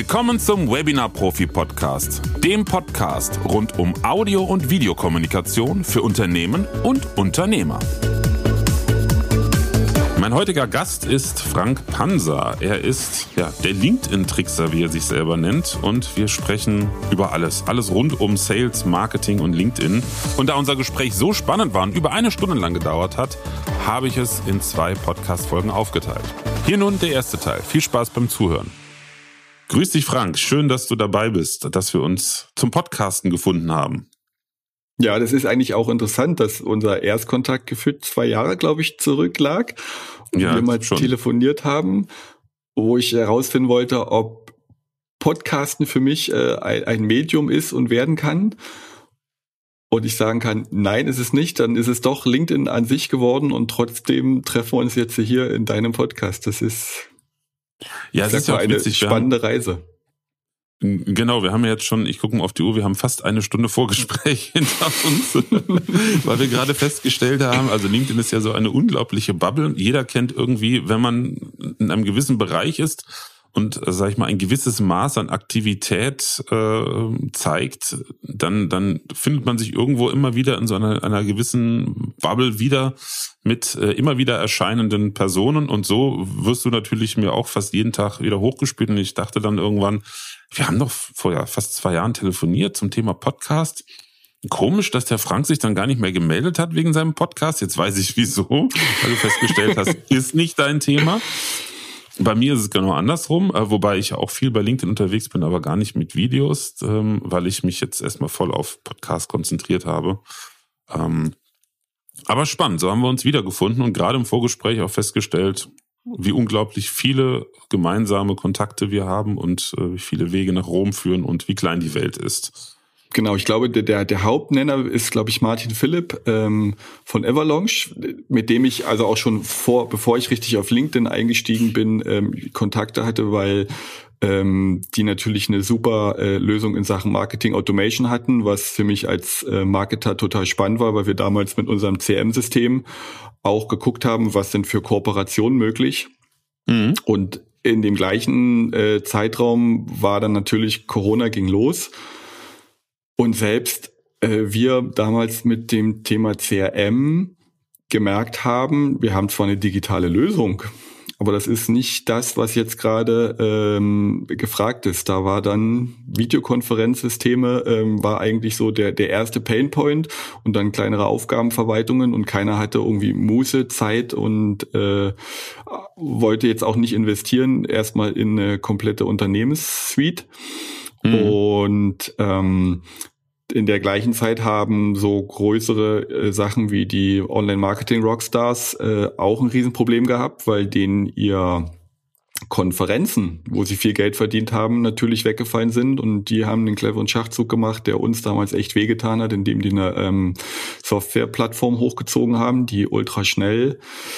Willkommen zum Webinar-Profi-Podcast, dem Podcast rund um Audio- und Videokommunikation für Unternehmen und Unternehmer. Mein heutiger Gast ist Frank Panzer. Er ist der LinkedIn-Trickser, wie er sich selber nennt. Und wir sprechen über alles rund um Sales, Marketing und LinkedIn. Und da unser Gespräch so spannend war und über 1 Stunde lang gedauert hat, habe ich es in 2 Podcast-Folgen aufgeteilt. Hier nun der erste Teil. Viel Spaß beim Zuhören. Grüß dich, Frank. Schön, dass du dabei bist, dass wir uns zum Podcasten gefunden haben. Ja, das ist eigentlich auch interessant, dass unser Erstkontakt gefühlt 2 Jahre, glaube ich, zurücklag und wir mal telefoniert haben, wo ich herausfinden wollte, ob Podcasten für mich ein Medium ist und werden kann. Und ich sagen kann, nein, ist es nicht, dann ist es doch LinkedIn an sich geworden und trotzdem treffen wir uns jetzt hier in deinem Podcast. Das ist, es ist ja eine witzig, spannende Reise. Genau, wir haben ja jetzt schon, ich gucke mal auf die Uhr, wir haben fast 1 Stunde Vorgespräch hinter uns, weil wir gerade festgestellt haben, also LinkedIn ist ja so eine unglaubliche Bubble. Jeder kennt irgendwie, wenn man in einem gewissen Bereich ist und, sag ich mal, ein gewisses Maß an Aktivität zeigt, dann findet man sich irgendwo immer wieder in so einer gewissen Bubble wieder mit immer wieder erscheinenden Personen. Und so wirst du natürlich mir auch fast jeden Tag wieder hochgespielt. Und ich dachte dann irgendwann, wir haben doch vor fast 2 Jahren telefoniert zum Thema Podcast. Komisch, dass der Frank sich dann gar nicht mehr gemeldet hat wegen seinem Podcast. Jetzt weiß ich wieso, weil du festgestellt hast, ist nicht dein Thema. Bei mir ist es genau andersrum, wobei ich auch viel bei LinkedIn unterwegs bin, aber gar nicht mit Videos, weil ich mich jetzt erstmal voll auf Podcast konzentriert habe. Aber spannend, so haben wir uns wiedergefunden und gerade im Vorgespräch auch festgestellt, wie unglaublich viele gemeinsame Kontakte wir haben und wie viele Wege nach Rom führen und wie klein die Welt ist. Genau, ich glaube, der Hauptnenner ist, glaube ich, Martin Philipp von Everlaunch, mit dem ich also auch schon bevor ich richtig auf LinkedIn eingestiegen bin, Kontakte hatte, weil die natürlich eine super Lösung in Sachen Marketing Automation hatten, was für mich als Marketer total spannend war, weil wir damals mit unserem CRM-System auch geguckt haben, was sind für Kooperationen möglich. Mhm. Und in dem gleichen Zeitraum war dann natürlich Corona ging los. Und selbst wir damals mit dem Thema CRM gemerkt haben, wir haben zwar eine digitale Lösung, aber das ist nicht das, was jetzt gerade gefragt ist. Da war dann Videokonferenzsysteme, war eigentlich so der erste Painpoint und dann kleinere Aufgabenverwaltungen und keiner hatte irgendwie Muße, Zeit und wollte jetzt auch nicht investieren, erstmal in eine komplette Unternehmenssuite. Und in der gleichen Zeit haben so größere Sachen wie die Online-Marketing-Rockstars auch ein Riesenproblem gehabt, weil denen ihr Konferenzen, wo sie viel Geld verdient haben, natürlich weggefallen sind und die haben einen cleveren Schachzug gemacht, der uns damals echt wehgetan hat, indem die eine Software-Plattform hochgezogen haben, die ultra schnell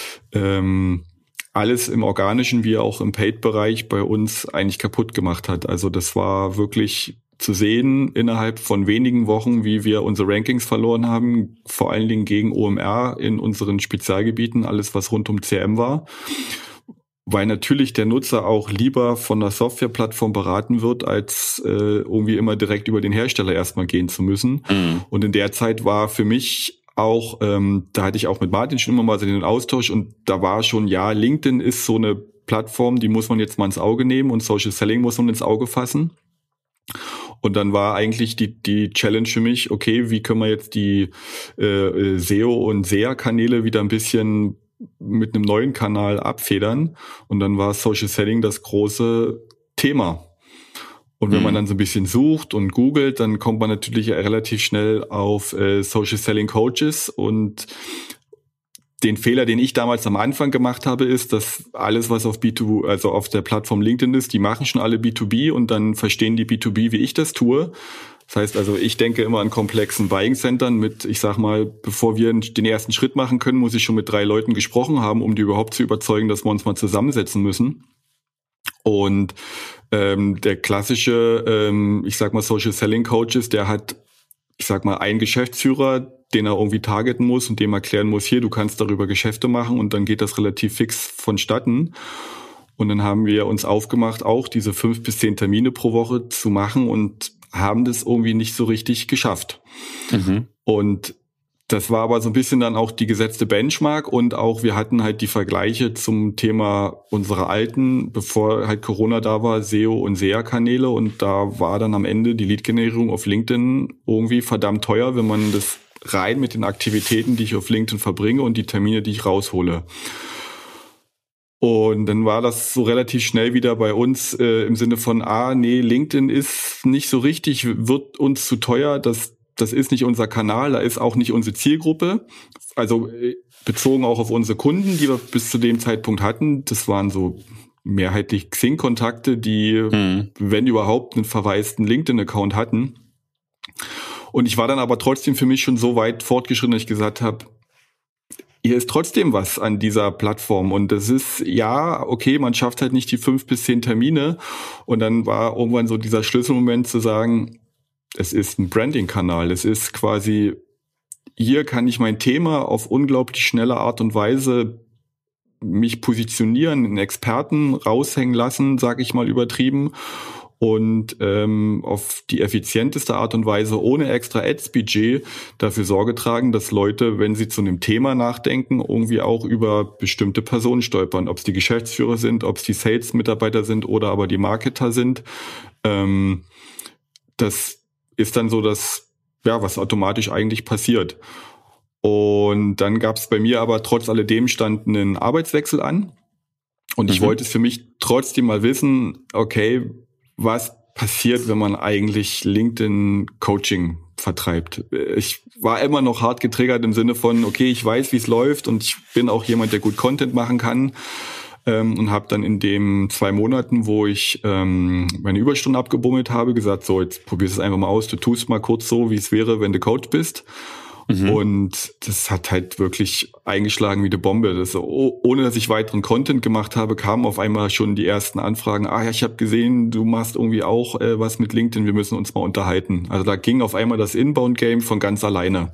alles im Organischen wie auch im Paid-Bereich bei uns eigentlich kaputt gemacht hat. Also das war wirklich zu sehen innerhalb von wenigen Wochen, wie wir unsere Rankings verloren haben, vor allen Dingen gegen OMR in unseren Spezialgebieten, alles was rund um CRM war. Weil natürlich der Nutzer auch lieber von der Softwareplattform beraten wird, als irgendwie immer direkt über den Hersteller erstmal gehen zu müssen. Mhm. Und in der Zeit war für mich auch, da hatte ich auch mit Martin schon immer mal so den Austausch und da war schon, LinkedIn ist so eine Plattform, die muss man jetzt mal ins Auge nehmen und Social Selling muss man ins Auge fassen. Und dann war eigentlich die Challenge für mich, okay, wie können wir jetzt die SEO und SEA-Kanäle wieder ein bisschen mit einem neuen Kanal abfedern? Und dann war Social Selling das große Thema. Und wenn man dann so ein bisschen sucht und googelt, dann kommt man natürlich relativ schnell auf Social Selling Coaches und den Fehler, den ich damals am Anfang gemacht habe, ist, dass alles, was auf B2, also auf der Plattform LinkedIn ist, die machen schon alle B2B und dann verstehen die B2B, wie ich das tue. Das heißt also, ich denke immer an komplexen Buying-Centern mit, ich sag mal, bevor wir den ersten Schritt machen können, muss ich schon mit 3 Leuten gesprochen haben, um die überhaupt zu überzeugen, dass wir uns mal zusammensetzen müssen. Und der klassische, ich sag mal, Social Selling Coaches, der hat, ich sag mal, einen Geschäftsführer, den er irgendwie targeten muss und dem erklären muss, hier, du kannst darüber Geschäfte machen und dann geht das relativ fix vonstatten. Und dann haben wir uns aufgemacht, auch diese 5 bis 10 Termine pro Woche zu machen und haben das irgendwie nicht so richtig geschafft. Und das war aber so ein bisschen dann auch die gesetzte Benchmark und auch wir hatten halt die Vergleiche zum Thema unserer alten, bevor halt Corona da war, SEO und SEA-Kanäle und da war dann am Ende die Lead-Generierung auf LinkedIn irgendwie verdammt teuer, wenn man das rein mit den Aktivitäten, die ich auf LinkedIn verbringe und die Termine, die ich raushole. Und dann war das so relativ schnell wieder bei uns im Sinne von, nee, LinkedIn ist nicht so richtig, wird uns zu teuer, das ist nicht unser Kanal, da ist auch nicht unsere Zielgruppe. Also bezogen auch auf unsere Kunden, die wir bis zu dem Zeitpunkt hatten. Das waren so mehrheitlich Xing-Kontakte, die, wenn überhaupt, einen verwaisten LinkedIn-Account hatten. Und ich war dann aber trotzdem für mich schon so weit fortgeschritten, dass ich gesagt habe, hier ist trotzdem was an dieser Plattform. Und das ist, ja, okay, man schafft halt nicht die 5 bis 10 Termine. Und dann war irgendwann so dieser Schlüsselmoment zu sagen, es ist ein Branding-Kanal. Es ist quasi, hier kann ich mein Thema auf unglaublich schnelle Art und Weise mich positionieren, einen Experten raushängen lassen, sage ich mal übertrieben, und auf die effizienteste Art und Weise ohne extra Ads-Budget dafür Sorge tragen, dass Leute, wenn sie zu einem Thema nachdenken, irgendwie auch über bestimmte Personen stolpern. Ob es die Geschäftsführer sind, ob es die Sales-Mitarbeiter sind oder aber die Marketer sind. Das ist dann so das, ja, was automatisch eigentlich passiert. Und dann gab es bei mir aber trotz alledem stand einen Arbeitswechsel an. Und ich wollte es für mich trotzdem mal wissen, okay, was passiert, wenn man eigentlich LinkedIn-Coaching vertreibt. Ich war immer noch hart getriggert im Sinne von, okay, ich weiß, wie es läuft und ich bin auch jemand, der gut Content machen kann. Und habe dann in den 2 Monaten, wo ich meine Überstunden abgebummelt habe, gesagt, so, jetzt probierst es einfach mal aus, du tust mal kurz so, wie es wäre, wenn du Coach bist. Und das hat halt wirklich eingeschlagen wie eine Bombe. Das, ohne dass ich weiteren Content gemacht habe, kamen auf einmal schon die ersten Anfragen. Ja, ich habe gesehen, du machst irgendwie auch was mit LinkedIn, wir müssen uns mal unterhalten. Also da ging auf einmal das Inbound-Game von ganz alleine.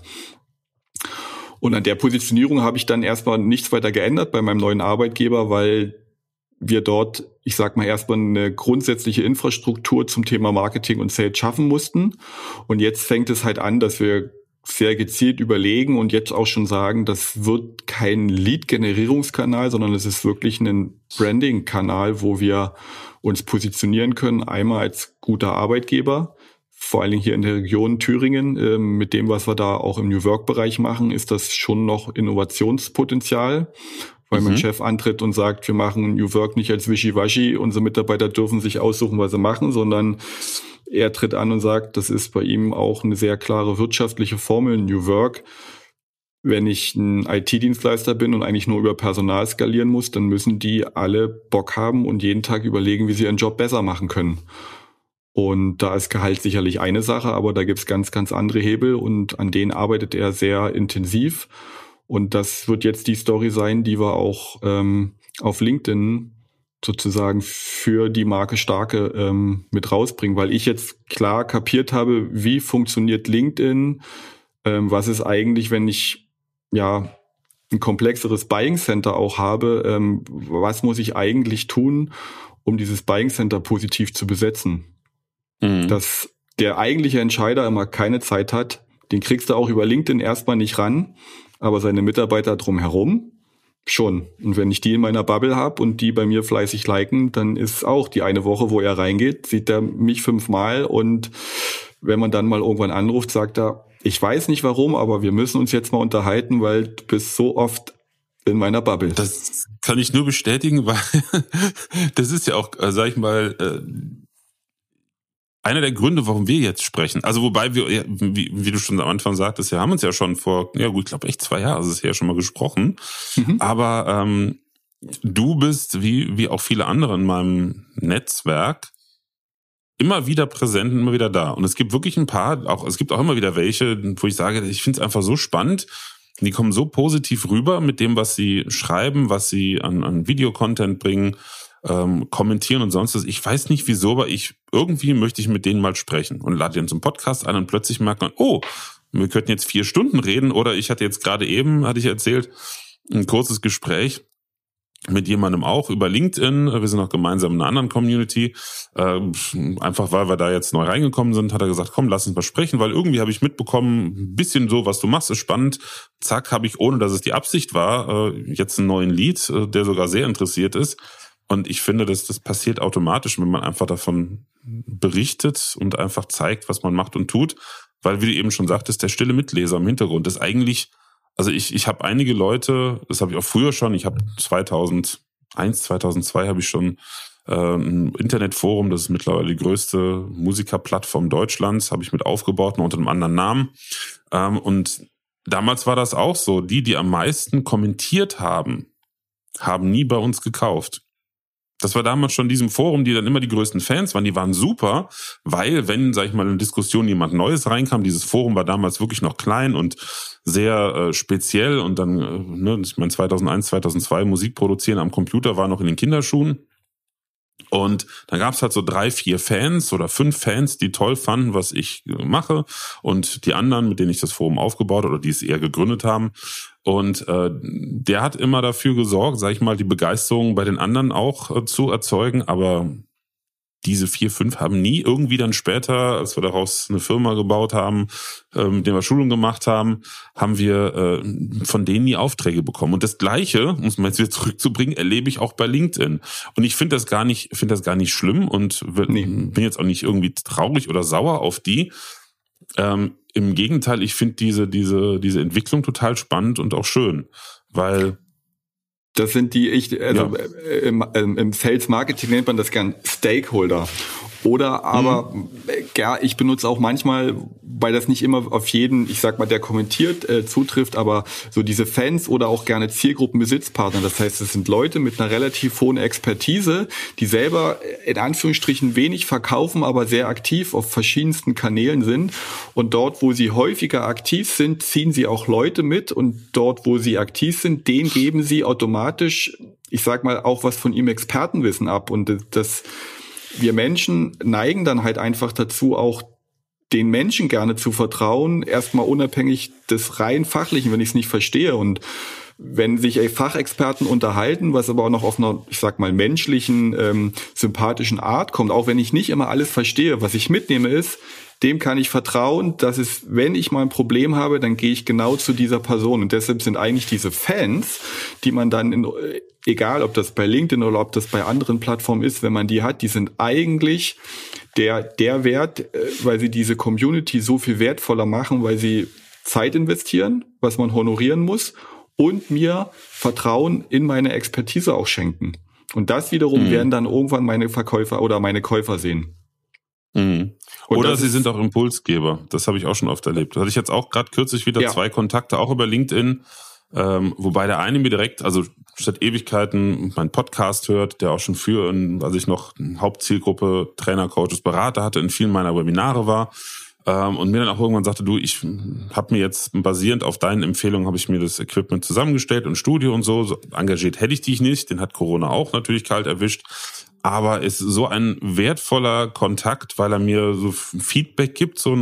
Und an der Positionierung habe ich dann erstmal nichts weiter geändert bei meinem neuen Arbeitgeber, weil wir dort, ich sag mal, erstmal eine grundsätzliche Infrastruktur zum Thema Marketing und Sales schaffen mussten. Und jetzt fängt es halt an, dass wir sehr gezielt überlegen und jetzt auch schon sagen, das wird kein Lead-Generierungskanal, sondern es ist wirklich ein Branding-Kanal, wo wir uns positionieren können, einmal als guter Arbeitgeber, vor allen Dingen hier in der Region Thüringen, mit dem, was wir da auch im New Work-Bereich machen, ist das schon noch Innovationspotenzial, weil mein Chef antritt und sagt, wir machen New Work nicht als Wischiwaschi, unsere Mitarbeiter dürfen sich aussuchen, was sie machen, sondern er tritt an und sagt, das ist bei ihm auch eine sehr klare wirtschaftliche Formel, New Work. Wenn ich ein IT-Dienstleister bin und eigentlich nur über Personal skalieren muss, dann müssen die alle Bock haben und jeden Tag überlegen, wie sie ihren Job besser machen können. Und da ist Gehalt sicherlich eine Sache, aber da gibt's ganz, ganz andere Hebel und an denen arbeitet er sehr intensiv. Und das wird jetzt die Story sein, die wir auch auf LinkedIn sozusagen für die Marke Starke mit rausbringen, weil ich jetzt klar kapiert habe, wie funktioniert LinkedIn, was ist eigentlich, wenn ich ja ein komplexeres Buying Center auch habe, was muss ich eigentlich tun, um dieses Buying Center positiv zu besetzen. Dass der eigentliche Entscheider immer keine Zeit hat, den kriegst du auch über LinkedIn erstmal nicht ran, aber seine Mitarbeiter drumherum schon. Und wenn ich die in meiner Bubble habe und die bei mir fleißig liken, dann ist auch die eine Woche, wo er reingeht, sieht er mich 5-mal und wenn man dann mal irgendwann anruft, sagt er, ich weiß nicht warum, aber wir müssen uns jetzt mal unterhalten, weil du bist so oft in meiner Bubble. Das kann ich nur bestätigen, weil das ist ja auch, sag ich mal, einer der Gründe, warum wir jetzt sprechen. Also wobei wir, wie du schon am Anfang sagtest, wir haben uns ja schon vor, ja gut, ich glaube echt 2 Jahre ist es ja schon mal gesprochen. Aber du bist, wie auch viele andere in meinem Netzwerk, immer wieder präsent und immer wieder da. Und es gibt wirklich ein paar, es gibt auch immer wieder welche, wo ich sage, ich finde es einfach so spannend. Die kommen so positiv rüber mit dem, was sie schreiben, was sie an Videocontent bringen, kommentieren und sonst was. Ich weiß nicht wieso, aber irgendwie möchte ich mit denen mal sprechen und lade den zum Podcast ein und plötzlich merkt man, wir könnten jetzt 4 Stunden reden oder ich hatte jetzt gerade eben, hatte ich erzählt, ein kurzes Gespräch mit jemandem auch über LinkedIn. Wir sind auch gemeinsam in einer anderen Community. Einfach weil wir da jetzt neu reingekommen sind, hat er gesagt, komm, lass uns mal sprechen, weil irgendwie habe ich mitbekommen, ein bisschen so, was du machst, ist spannend. Zack, habe ich, ohne dass es die Absicht war, jetzt einen neuen Lead, der sogar sehr interessiert ist. Und ich finde, das passiert automatisch, wenn man einfach davon berichtet und einfach zeigt, was man macht und tut. Weil, wie du eben schon sagtest, der stille Mitleser im Hintergrund ist eigentlich, also ich habe einige Leute, das habe ich auch früher schon, ich habe 2001, 2002 habe ich schon ein Internetforum, das ist mittlerweile die größte Musikerplattform Deutschlands, habe ich mit aufgebaut, noch unter einem anderen Namen. Und damals war das auch so, die am meisten kommentiert haben nie bei uns gekauft. Das war damals schon in diesem Forum, die dann immer die größten Fans waren, die waren super, weil wenn, sag ich mal, in Diskussion jemand Neues reinkam, dieses Forum war damals wirklich noch klein und sehr speziell und dann, ich meine 2001, 2002 Musik produzieren am Computer war noch in den Kinderschuhen. Und dann gab es halt so 3, 4 Fans oder 5 Fans, die toll fanden, was ich mache. Und die anderen, mit denen ich das Forum aufgebaut oder die es eher gegründet haben. Und der hat immer dafür gesorgt, sag ich mal, die Begeisterung bei den anderen auch zu erzeugen. Aber diese 4, 5 haben nie irgendwie dann später, als wir daraus eine Firma gebaut haben, mit der wir Schulung gemacht haben, haben wir von denen nie Aufträge bekommen. Und das Gleiche, um es mal jetzt wieder zurückzubringen, erlebe ich auch bei LinkedIn. Und ich finde das gar nicht schlimm und bin jetzt auch nicht irgendwie traurig oder sauer auf die. Im Gegenteil, ich finde diese Entwicklung total spannend und auch schön, weil das sind im Sales Marketing nennt man das gern Stakeholder. Oder aber, ich benutze auch manchmal, weil das nicht immer auf jeden, ich sag mal, der kommentiert, zutrifft, aber so diese Fans oder auch gerne Zielgruppenbesitzpartner. Das heißt, es sind Leute mit einer relativ hohen Expertise, die selber in Anführungsstrichen wenig verkaufen, aber sehr aktiv auf verschiedensten Kanälen sind. Und dort, wo sie häufiger aktiv sind, ziehen sie auch Leute mit. Und dort, wo sie aktiv sind, denen geben sie automatisch, ich sag mal, auch was von ihrem Expertenwissen ab. Und wir Menschen neigen dann halt einfach dazu, auch den Menschen gerne zu vertrauen, erstmal unabhängig des rein Fachlichen, wenn ich es nicht verstehe. Und wenn sich Fachexperten unterhalten, was aber auch noch auf einer, ich sag mal, menschlichen, sympathischen Art kommt, auch wenn ich nicht immer alles verstehe, was ich mitnehme ist, dem kann ich vertrauen, dass es, wenn ich mal ein Problem habe, dann gehe ich genau zu dieser Person. Und deshalb sind eigentlich diese Fans, die man dann, egal ob das bei LinkedIn oder ob das bei anderen Plattformen ist, wenn man die hat, die sind eigentlich der Wert, weil sie diese Community so viel wertvoller machen, weil sie Zeit investieren, was man honorieren muss, und mir Vertrauen in meine Expertise auch schenken. Und das wiederum werden dann irgendwann meine Verkäufer oder meine Käufer sehen. Oder sie sind auch Impulsgeber. Das habe ich auch schon oft erlebt. Da hatte ich jetzt auch gerade kürzlich wieder 2 Kontakte, auch über LinkedIn, wobei der eine mir direkt, also statt Ewigkeiten, meinen Podcast hört, der auch schon als ich noch Hauptzielgruppe Trainer, Coaches, Berater hatte, in vielen meiner Webinare war, und mir dann auch irgendwann sagte, du, ich habe mir jetzt basierend auf deinen Empfehlungen habe ich mir das Equipment zusammengestellt und Studio und so engagiert hätte ich dich nicht, den hat Corona auch natürlich kalt erwischt. Aber ist so ein wertvoller Kontakt, weil er mir so Feedback gibt, so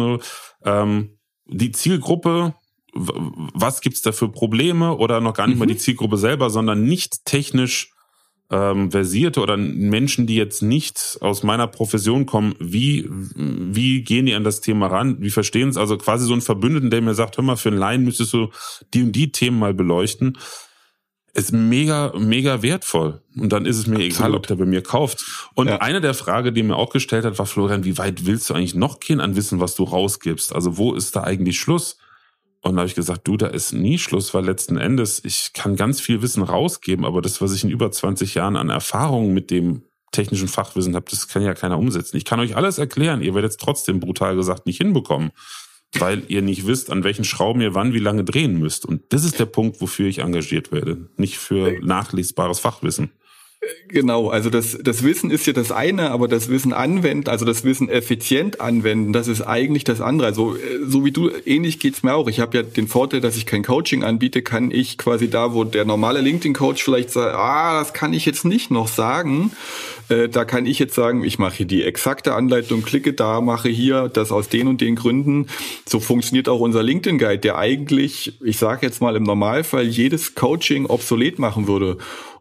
die Zielgruppe, was gibt's da für Probleme oder noch gar nicht mal die Zielgruppe selber, sondern nicht technisch versierte oder Menschen, die jetzt nicht aus meiner Profession kommen, wie gehen die an das Thema ran, wie verstehen es? Also quasi so ein Verbündeten, der mir sagt, hör mal, für einen Laien müsstest du die und die Themen mal beleuchten. Ist mega, mega wertvoll. Und dann ist es mir egal, ob der bei mir kauft. Und eine der Fragen, die mir auch gestellt hat, war, Florian, wie weit willst du eigentlich noch gehen an Wissen, was du rausgibst? Also wo ist da eigentlich Schluss? Und da habe ich gesagt, da ist nie Schluss, weil letzten Endes, ich kann ganz viel Wissen rausgeben, aber das, was ich in über 20 Jahren an Erfahrung mit dem technischen Fachwissen habe, das kann ja keiner umsetzen. Ich kann euch alles erklären, ihr werdet es trotzdem brutal gesagt nicht hinbekommen, weil ihr nicht wisst, an welchen Schrauben ihr wann wie lange drehen müsst. Und das ist der Punkt, wofür ich engagiert werde, nicht für nachlesbares Fachwissen. Genau, also das Wissen ist ja das eine, aber das Wissen anwenden, also das Wissen effizient anwenden, das ist eigentlich das andere. Also so wie du, ähnlich geht's mir auch. Ich habe ja den Vorteil, dass ich kein Coaching anbiete, kann ich quasi da, wo der normale LinkedIn-Coach vielleicht sagt, das kann ich jetzt nicht noch sagen, da kann ich jetzt sagen, ich mache hier die exakte Anleitung, klicke da, mache hier das aus den und den Gründen. So funktioniert auch unser LinkedIn-Guide, der eigentlich, ich sage jetzt mal im Normalfall, jedes Coaching obsolet machen würde.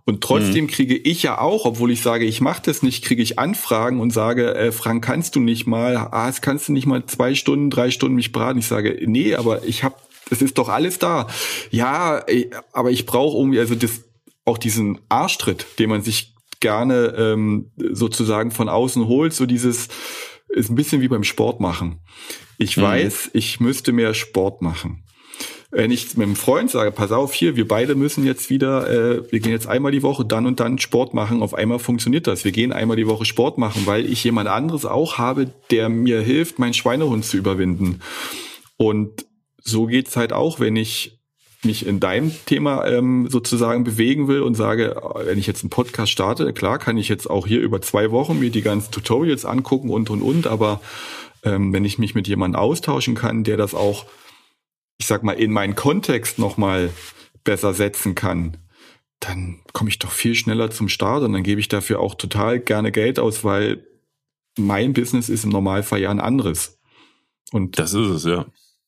Und trotzdem kriege ich ja auch, obwohl ich sage, ich mache das nicht, kriege ich Anfragen und sage, Frank, kannst du nicht mal, kannst du nicht mal 2 Stunden, 3 Stunden mich beraten? Ich sage, nee, aber es ist doch alles da. Ja, aber ich brauche irgendwie, also auch diesen Arschtritt, den man sich gerne sozusagen von außen holt, so dieses, ist ein bisschen wie beim Sport machen. Ich weiß, ich müsste mehr Sport machen. Wenn ich mit einem Freund sage, pass auf, hier, wir beide müssen jetzt wieder, wir gehen jetzt einmal die Woche dann und dann Sport machen, auf einmal funktioniert das. Wir gehen einmal die Woche Sport machen, weil ich jemand anderes auch habe, der mir hilft, meinen Schweinehund zu überwinden. Und so geht's halt auch, wenn ich mich in deinem Thema sozusagen bewegen will und sage, wenn ich jetzt einen Podcast starte, klar kann ich jetzt auch hier über 2 Wochen mir die ganzen Tutorials angucken und, aber wenn ich mich mit jemandem austauschen kann, der das auch, ich sag mal, in meinen Kontext nochmal besser setzen kann, dann komme ich doch viel schneller zum Start und dann gebe ich dafür auch total gerne Geld aus, weil mein Business ist im Normalfall ja ein anderes. Und das ist es, ja.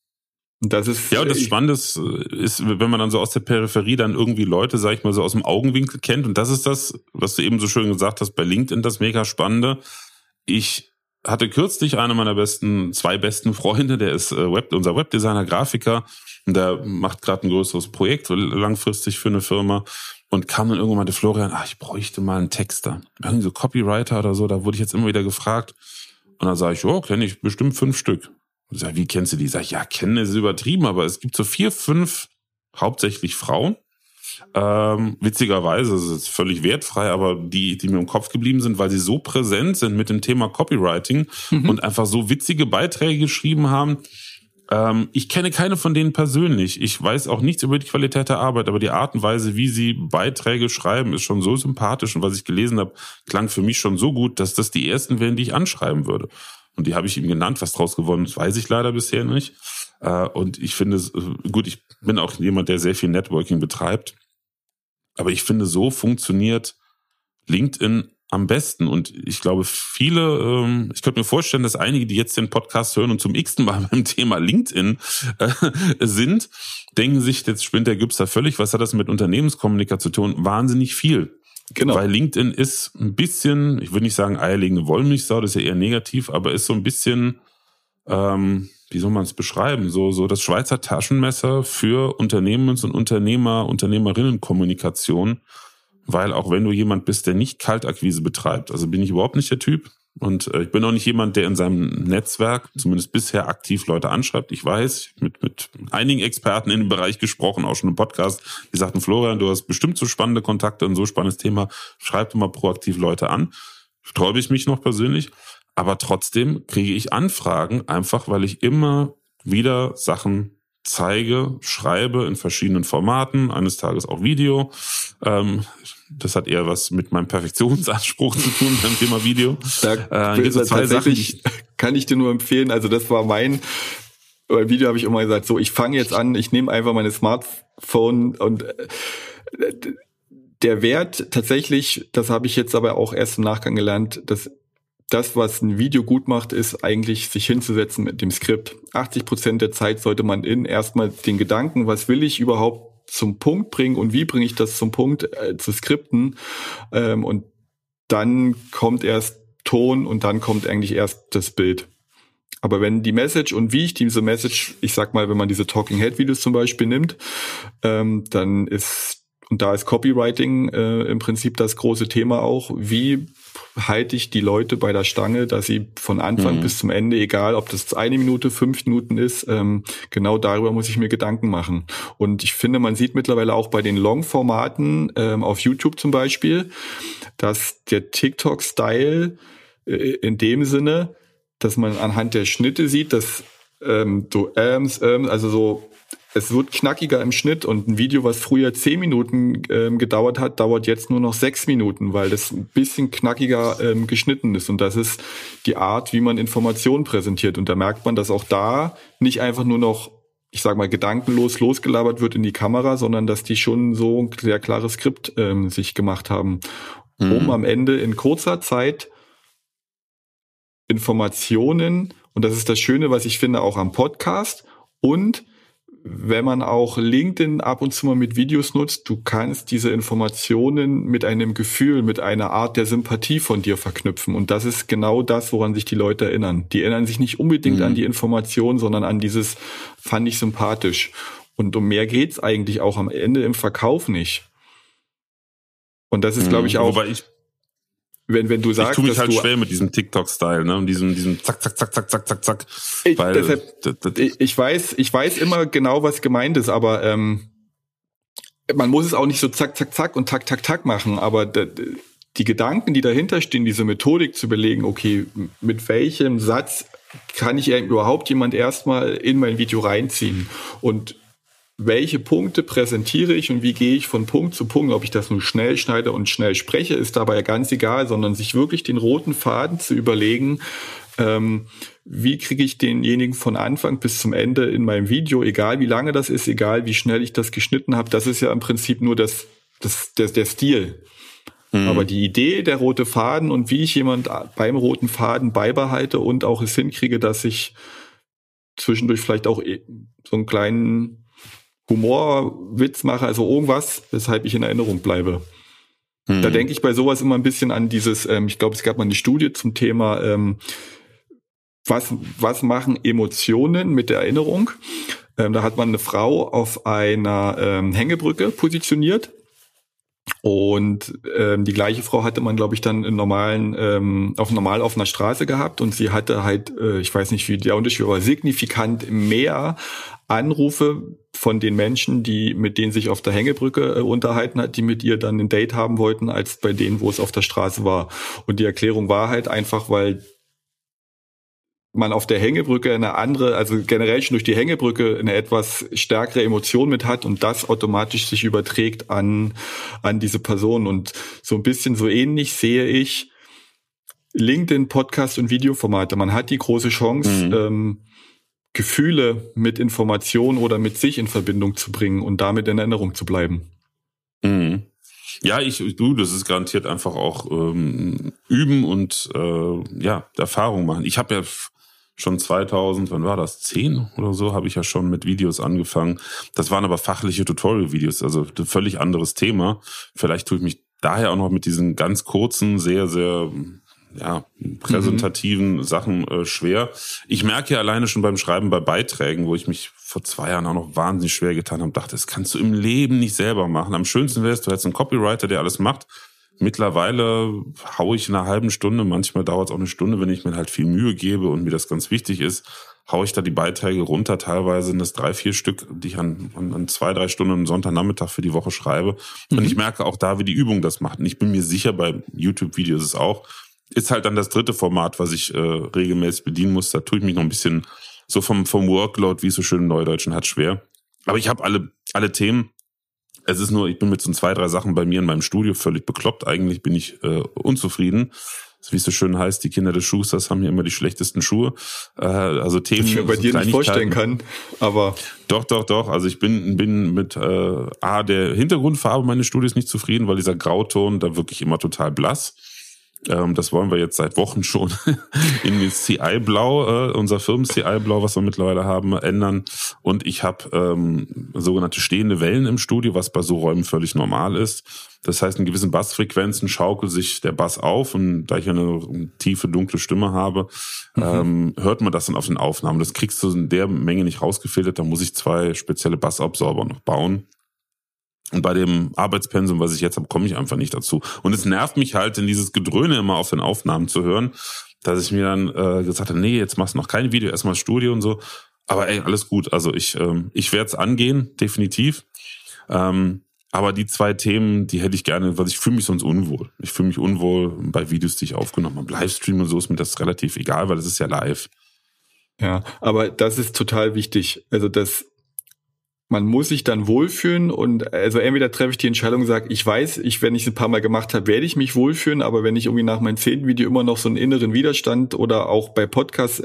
Das ist, ja, und das Spannende ist, wenn man dann so aus der Peripherie dann irgendwie Leute, sag ich mal, so aus dem Augenwinkel kennt. Und das ist das, was du eben so schön gesagt hast, bei LinkedIn, das mega Spannende. Ich hatte kürzlich eine meiner 2 besten Freunde, der ist unser Webdesigner, Grafiker, und der macht gerade ein größeres Projekt, so langfristig für eine Firma, und kam dann irgendwann meinte, Florian, ich bräuchte mal einen Texter. Irgendwie so Copywriter oder so, da wurde ich jetzt immer wieder gefragt. Und dann sage ich, kenne ich bestimmt 5 Stück. Und sag, wie kennst du die? Sag ich, ja, kennen ist übertrieben, aber es gibt so 4, 5, hauptsächlich Frauen. Witzigerweise, es ist völlig wertfrei, aber die mir im Kopf geblieben sind, weil sie so präsent sind mit dem Thema Copywriting und einfach so witzige Beiträge geschrieben haben. Ich kenne keine von denen persönlich. Ich weiß auch nichts über die Qualität der Arbeit, aber die Art und Weise, wie sie Beiträge schreiben, ist schon so sympathisch. Und was ich gelesen habe, klang für mich schon so gut, dass das die ersten wären, die ich anschreiben würde. Und die habe ich ihm genannt. Was draus geworden ist, weiß ich leider bisher nicht. Und ich finde es gut, ich bin auch jemand, der sehr viel Networking betreibt. Aber ich finde, so funktioniert LinkedIn am besten. Und ich glaube, viele, ich könnte mir vorstellen, dass einige, die jetzt den Podcast hören und zum x-ten Mal beim Thema LinkedIn sind, denken sich, jetzt spinnt der Gübs da völlig. Was hat das mit Unternehmenskommunikation zu tun? Wahnsinnig viel. Genau. Weil LinkedIn ist ein bisschen, ich würde nicht sagen eierlegende Wollmilchsau, das ist ja eher negativ, aber ist so ein bisschen, wie soll man es beschreiben? So das Schweizer Taschenmesser für Unternehmens- und Unternehmerinnenkommunikation, weil auch wenn du jemand bist, der nicht Kaltakquise betreibt, also bin ich überhaupt nicht der Typ und ich bin auch nicht jemand, der in seinem Netzwerk zumindest bisher aktiv Leute anschreibt. Ich weiß, mit einigen Experten in dem Bereich gesprochen, auch schon im Podcast, die sagten, Florian, du hast bestimmt so spannende Kontakte und so spannendes Thema, schreib doch mal proaktiv Leute an. Sträube ich mich noch persönlich. Aber trotzdem kriege ich Anfragen, einfach weil ich immer wieder Sachen zeige, schreibe in verschiedenen Formaten, eines Tages auch Video. Das hat eher was mit meinem Perfektionsanspruch zu tun beim Thema Video. Tatsächlich kann ich dir nur empfehlen, also das war mein Video, habe ich immer gesagt, so ich fange jetzt an, ich nehme einfach meine Smartphone und der Wert tatsächlich, das habe ich jetzt aber auch erst im Nachgang gelernt, dass das, was ein Video gut macht, ist eigentlich sich hinzusetzen mit dem Skript. 80% der Zeit sollte man erstmal den Gedanken, was will ich überhaupt zum Punkt bringen und wie bringe ich das zum Punkt zu skripten. Und dann kommt erst Ton und dann kommt eigentlich erst das Bild. Aber wenn die Message und wie ich diese Message, ich sag mal, wenn man diese Talking Head Videos zum Beispiel nimmt, dann ist, und da ist Copywriting im Prinzip das große Thema auch, wie halte ich die Leute bei der Stange, dass sie von Anfang bis zum Ende, egal ob das 1 Minute, 5 Minuten ist, genau darüber muss ich mir Gedanken machen. Und ich finde, man sieht mittlerweile auch bei den Long-Formaten auf YouTube zum Beispiel, dass der TikTok-Style in dem Sinne, dass man anhand der Schnitte sieht, dass also so, es wird knackiger im Schnitt und ein Video, was früher 10 Minuten gedauert hat, dauert jetzt nur noch 6 Minuten, weil das ein bisschen knackiger geschnitten ist. Und das ist die Art, wie man Informationen präsentiert. Und da merkt man, dass auch da nicht einfach nur noch, ich sag mal, gedankenlos losgelabert wird in die Kamera, sondern dass die schon so ein sehr klares Skript sich gemacht haben, um am Ende in kurzer Zeit Informationen, und das ist das Schöne, was ich finde, auch am Podcast, und wenn man auch LinkedIn ab und zu mal mit Videos nutzt, du kannst diese Informationen mit einem Gefühl, mit einer Art der Sympathie von dir verknüpfen. Und das ist genau das, woran sich die Leute erinnern. Die erinnern sich nicht unbedingt an die Information, sondern an dieses, fand ich sympathisch. Und um mehr geht's eigentlich auch am Ende im Verkauf nicht. Und das ist, glaube ich, auch... Wobei wenn du sagst, ich tue mich halt schwer mit diesem TikTok-Style, ne, und diesem zack, zack, zack, zack, zack, zack, zack. Ich weiß immer genau, was gemeint ist, aber man muss es auch nicht so zack, zack, zack und tack, tack, tack machen, aber die Gedanken, die dahinter stehen, diese Methodik zu belegen, okay, mit welchem Satz kann ich überhaupt jemand erstmal in mein Video reinziehen und welche Punkte präsentiere ich und wie gehe ich von Punkt zu Punkt, ob ich das nur schnell schneide und schnell spreche, ist dabei ja ganz egal, sondern sich wirklich den roten Faden zu überlegen, wie kriege ich denjenigen von Anfang bis zum Ende in meinem Video, egal wie lange das ist, egal wie schnell ich das geschnitten habe, das ist ja im Prinzip nur der Stil. Aber die Idee, der rote Faden und wie ich jemand beim roten Faden beibehalte und auch es hinkriege, dass ich zwischendurch vielleicht auch so einen kleinen Humorwitz mache, also irgendwas, weshalb ich in Erinnerung bleibe. Da denke ich bei sowas immer ein bisschen an dieses, ich glaube, es gab mal eine Studie zum Thema, was machen Emotionen mit der Erinnerung? Da hat man eine Frau auf einer Hängebrücke positioniert und die gleiche Frau hatte man, glaube ich, dann normal auf einer Straße gehabt und sie hatte halt, ich weiß nicht, wie der Unterschied war, signifikant mehr Anrufe von den Menschen, mit denen sich auf der Hängebrücke unterhalten hat, die mit ihr dann ein Date haben wollten, als bei denen, wo es auf der Straße war. Und die Erklärung war halt einfach, weil man auf der Hängebrücke eine andere, also generell schon durch die Hängebrücke eine etwas stärkere Emotion mit hat und das automatisch sich überträgt an diese Person. Und so ein bisschen so ähnlich sehe ich LinkedIn, Podcast und Videoformate. Man hat die große Chance, Gefühle mit Information oder mit sich in Verbindung zu bringen und damit in Erinnerung zu bleiben. Ja, das ist garantiert einfach auch üben und Erfahrung machen. Ich habe ja schon 2000, wann war das, 10 oder so, habe ich ja schon mit Videos angefangen. Das waren aber fachliche Tutorial-Videos, also ein völlig anderes Thema. Vielleicht tue ich mich daher auch noch mit diesen ganz kurzen, sehr, sehr präsentativen Sachen schwer. Ich merke ja alleine schon beim Schreiben bei Beiträgen, wo ich mich vor 2 Jahren auch noch wahnsinnig schwer getan habe, dachte, das kannst du im Leben nicht selber machen. Am schönsten wäre es, du hättest einen Copywriter, der alles macht. Mittlerweile haue ich in einer halben Stunde, manchmal dauert es auch eine Stunde, wenn ich mir halt viel Mühe gebe und mir das ganz wichtig ist, haue ich da die Beiträge runter. Teilweise sind das 3-4 Stück, die ich an 2-3 Stunden am Sonntagnachmittag für die Woche schreibe. Und ich merke auch da, wie die Übung das macht. Und ich bin mir sicher, bei YouTube-Videos ist es auch. Ist halt dann das dritte Format, was ich regelmäßig bedienen muss. Da tue ich mich noch ein bisschen so vom Workload, wie es so schön im Neudeutschen hat, schwer. Aber ich habe alle Themen. Es ist nur, ich bin mit so 2-3 Sachen bei mir in meinem Studio völlig bekloppt. Eigentlich bin ich unzufrieden. Wie es so schön heißt, die Kinder des Schuhsters haben ja immer die schlechtesten Schuhe. Also Themen, was ich mir bei dir nicht vorstellen kann, aber... Doch. Also ich bin mit der Hintergrundfarbe meines Studios nicht zufrieden, weil dieser Grauton da wirklich immer total blass. Das wollen wir jetzt seit Wochen schon in das CI-Blau, unser Firmen-CI-Blau, was wir mittlerweile haben, ändern. Und ich habe sogenannte stehende Wellen im Studio, was bei so Räumen völlig normal ist. Das heißt, in gewissen Bassfrequenzen schaukelt sich der Bass auf und da ich eine tiefe, dunkle Stimme habe, hört man das dann auf den Aufnahmen. Das kriegst du in der Menge nicht rausgefiltert, da muss ich 2 spezielle Bassabsorber noch bauen. Und bei dem Arbeitspensum, was ich jetzt habe, komme ich einfach nicht dazu. Und es nervt mich halt, in dieses Gedröhne immer auf den Aufnahmen zu hören, dass ich mir dann gesagt habe, nee, jetzt machst du noch kein Video, erstmal Studio und so. Aber alles gut. Also ich werde es angehen, definitiv. Aber die 2 Themen, die hätte ich gerne, weil ich fühle mich sonst unwohl. Ich fühle mich unwohl bei Videos, die ich aufgenommen habe. Livestream und so ist mir das relativ egal, weil das ist ja live. Ja, aber das ist total wichtig. Also man muss sich dann wohlfühlen und also entweder treffe ich die Entscheidung und sage, ich weiß, wenn ich es ein paar Mal gemacht habe, werde ich mich wohlfühlen, aber wenn ich irgendwie nach meinem 10. Video immer noch so einen inneren Widerstand oder auch bei Podcasts,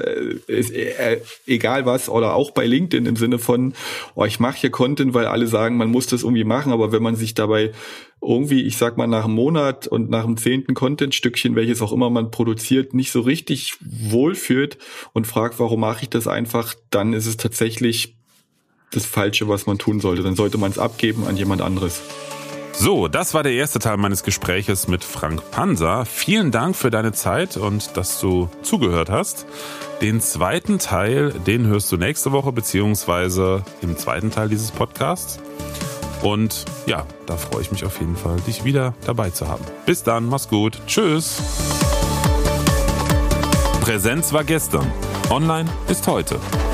egal was, oder auch bei LinkedIn im Sinne von, ich mache hier Content, weil alle sagen, man muss das irgendwie machen, aber wenn man sich dabei irgendwie, ich sag mal, nach einem Monat und nach dem 10. Content-Stückchen, welches auch immer man produziert, nicht so richtig wohlfühlt und fragt, warum mache ich das einfach, dann ist es tatsächlich das Falsche, was man tun sollte. Dann sollte man es abgeben an jemand anderes. So, das war der erste Teil meines Gespräches mit Frank Panzer. Vielen Dank für deine Zeit und dass du zugehört hast. Den zweiten Teil, den hörst du nächste Woche, beziehungsweise im zweiten Teil dieses Podcasts. Und ja, da freue ich mich auf jeden Fall, dich wieder dabei zu haben. Bis dann, mach's gut. Tschüss. Präsenz war gestern. Online ist heute.